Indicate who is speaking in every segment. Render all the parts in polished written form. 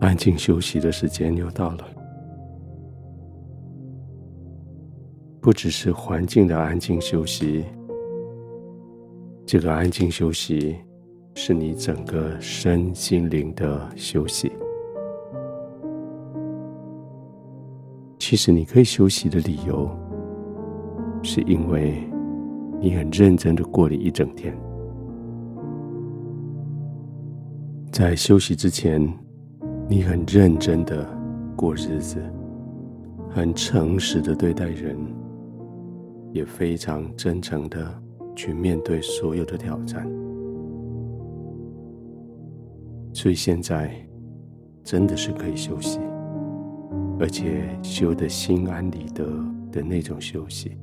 Speaker 1: 安静休息的时间又到了。不只是环境的安静休息，这个安静休息是你整个身心灵的休息。其实你可以休息的理由，是因为你很认真的过了一整天。在休息之前，你很认真的过日子，很诚实的对待人，也非常真诚的去面对所有的挑战。所以现在真的是可以休息，而且休得心安理得的那种休息。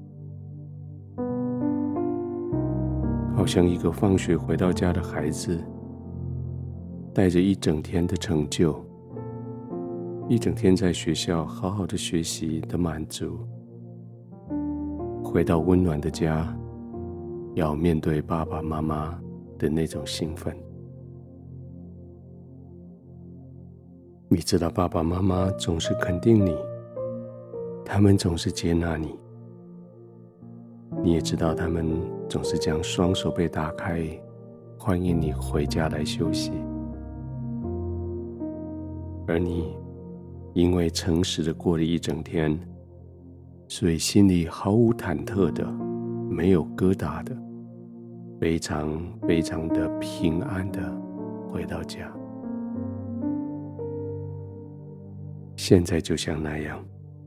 Speaker 1: 好像一个放学回到家的孩子，带着一整天的成就，一整天在学校好好的学习的满足，回到温暖的家，要面对爸爸妈妈的那种兴奋。你知道爸爸妈妈总是肯定你，他们总是接纳你，你也知道他们总是将双手被打开，欢迎你回家来休息。而你因为诚实的过了一整天，所以心里毫无忐忑的，没有疙瘩的，非常非常的平安的回到家。现在就像那样，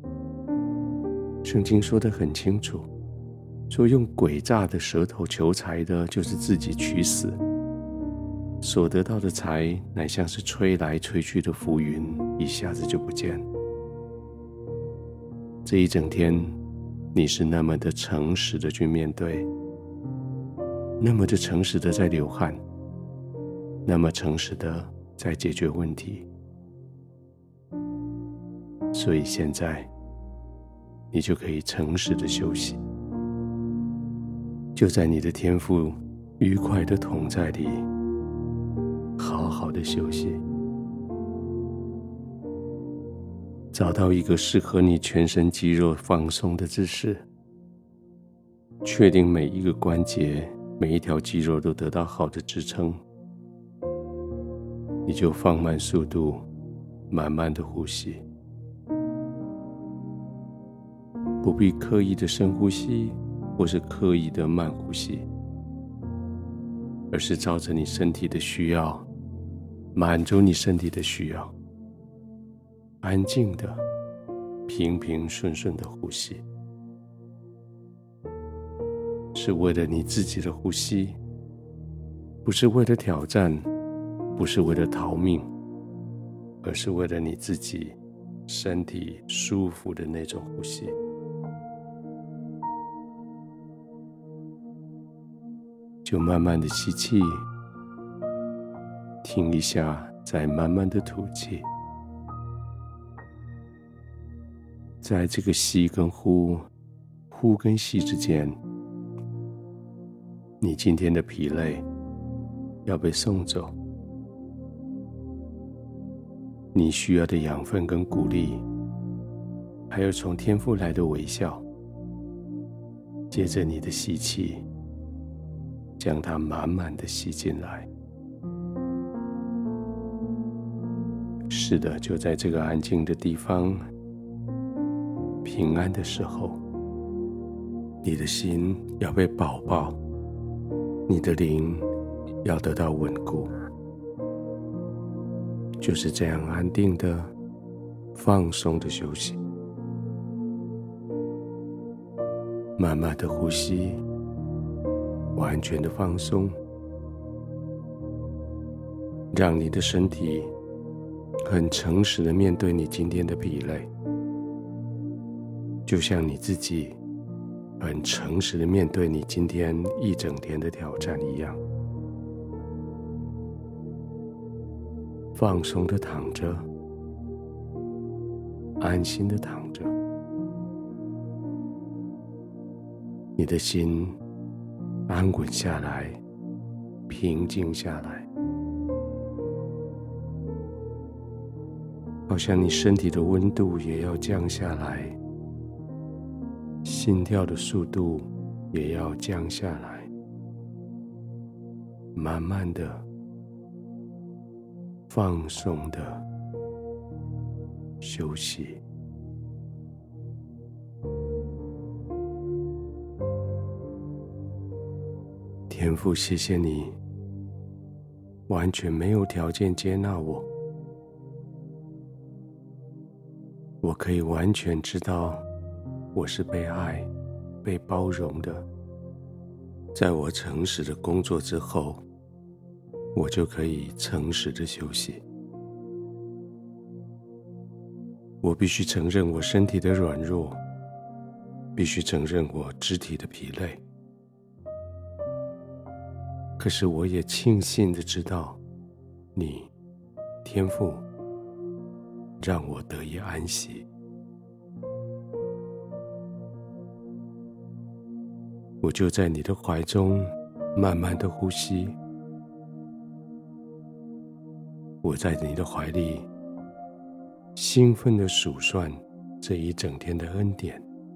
Speaker 1: 圣经说得很清楚，说用诡诈的舌头求财的，就是自己取死，所得到的财乃像是吹来吹去的浮云，一下子就不见。这一整天你是那么的诚实的去面对，那么的诚实的在流汗，那么诚实的在解决问题。所以现在你就可以诚实的休息，就在你的天父愉快的同在里好好的休息，找到一个适合你全身肌肉放松的姿势，确定每一个关节每一条肌肉都得到好的支撑，你就放慢速度，慢慢的呼吸，不必刻意的深呼吸或是刻意的慢呼吸，而是照着你身体的需要，满足你身体的需要，安静的平平顺顺的呼吸，是为了你自己的呼吸，不是为了挑战，不是为了逃命，而是为了你自己身体舒服的那种呼吸。就慢慢的吸气，停一下，再慢慢的吐气。在这个吸跟呼，呼跟吸之间，你今天的疲累要被送走，你需要的养分跟鼓励，还有从天父来的微笑，接着你的吸气，将它满满的吸进来。是的，就在这个安静的地方，平安的时候，你的心要被保抱，你的灵要得到稳固。就是这样安定的、放松的休息，慢慢的呼吸，完全的放松，让你的身体很诚实的面对你今天的疲累，就像你自己很诚实的面对你今天一整天的挑战一样。放松的躺着，安心的躺着，你的心安稳下来，平静下来， 好像你身体的温度也要降下来，心跳的速度也要降下来，慢慢的、放松的休息。天父，谢谢你完全没有条件接纳我，我可以完全知道我是被爱、被包容的。在我诚实的工作之后，我就可以诚实的休息。我必须承认我身体的软弱，必须承认我肢体的疲累。可是我也庆幸的知道，你，天父，让我得以安息。我就在你的怀中慢慢的呼吸，我在你的怀里兴奋的数算这一整天的恩典，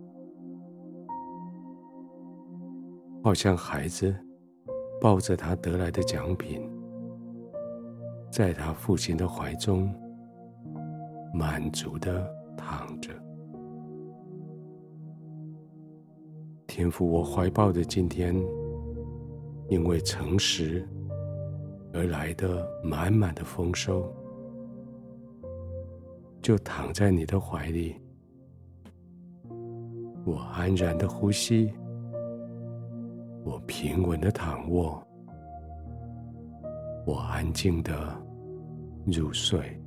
Speaker 1: 好像孩子抱着他得来的奖品，在他父亲的怀中满足地躺着。天父，我怀抱的今天因为诚实而来的满满的丰收，就躺在你的怀里，我安然的呼吸，我平稳的躺卧，我安静的入睡。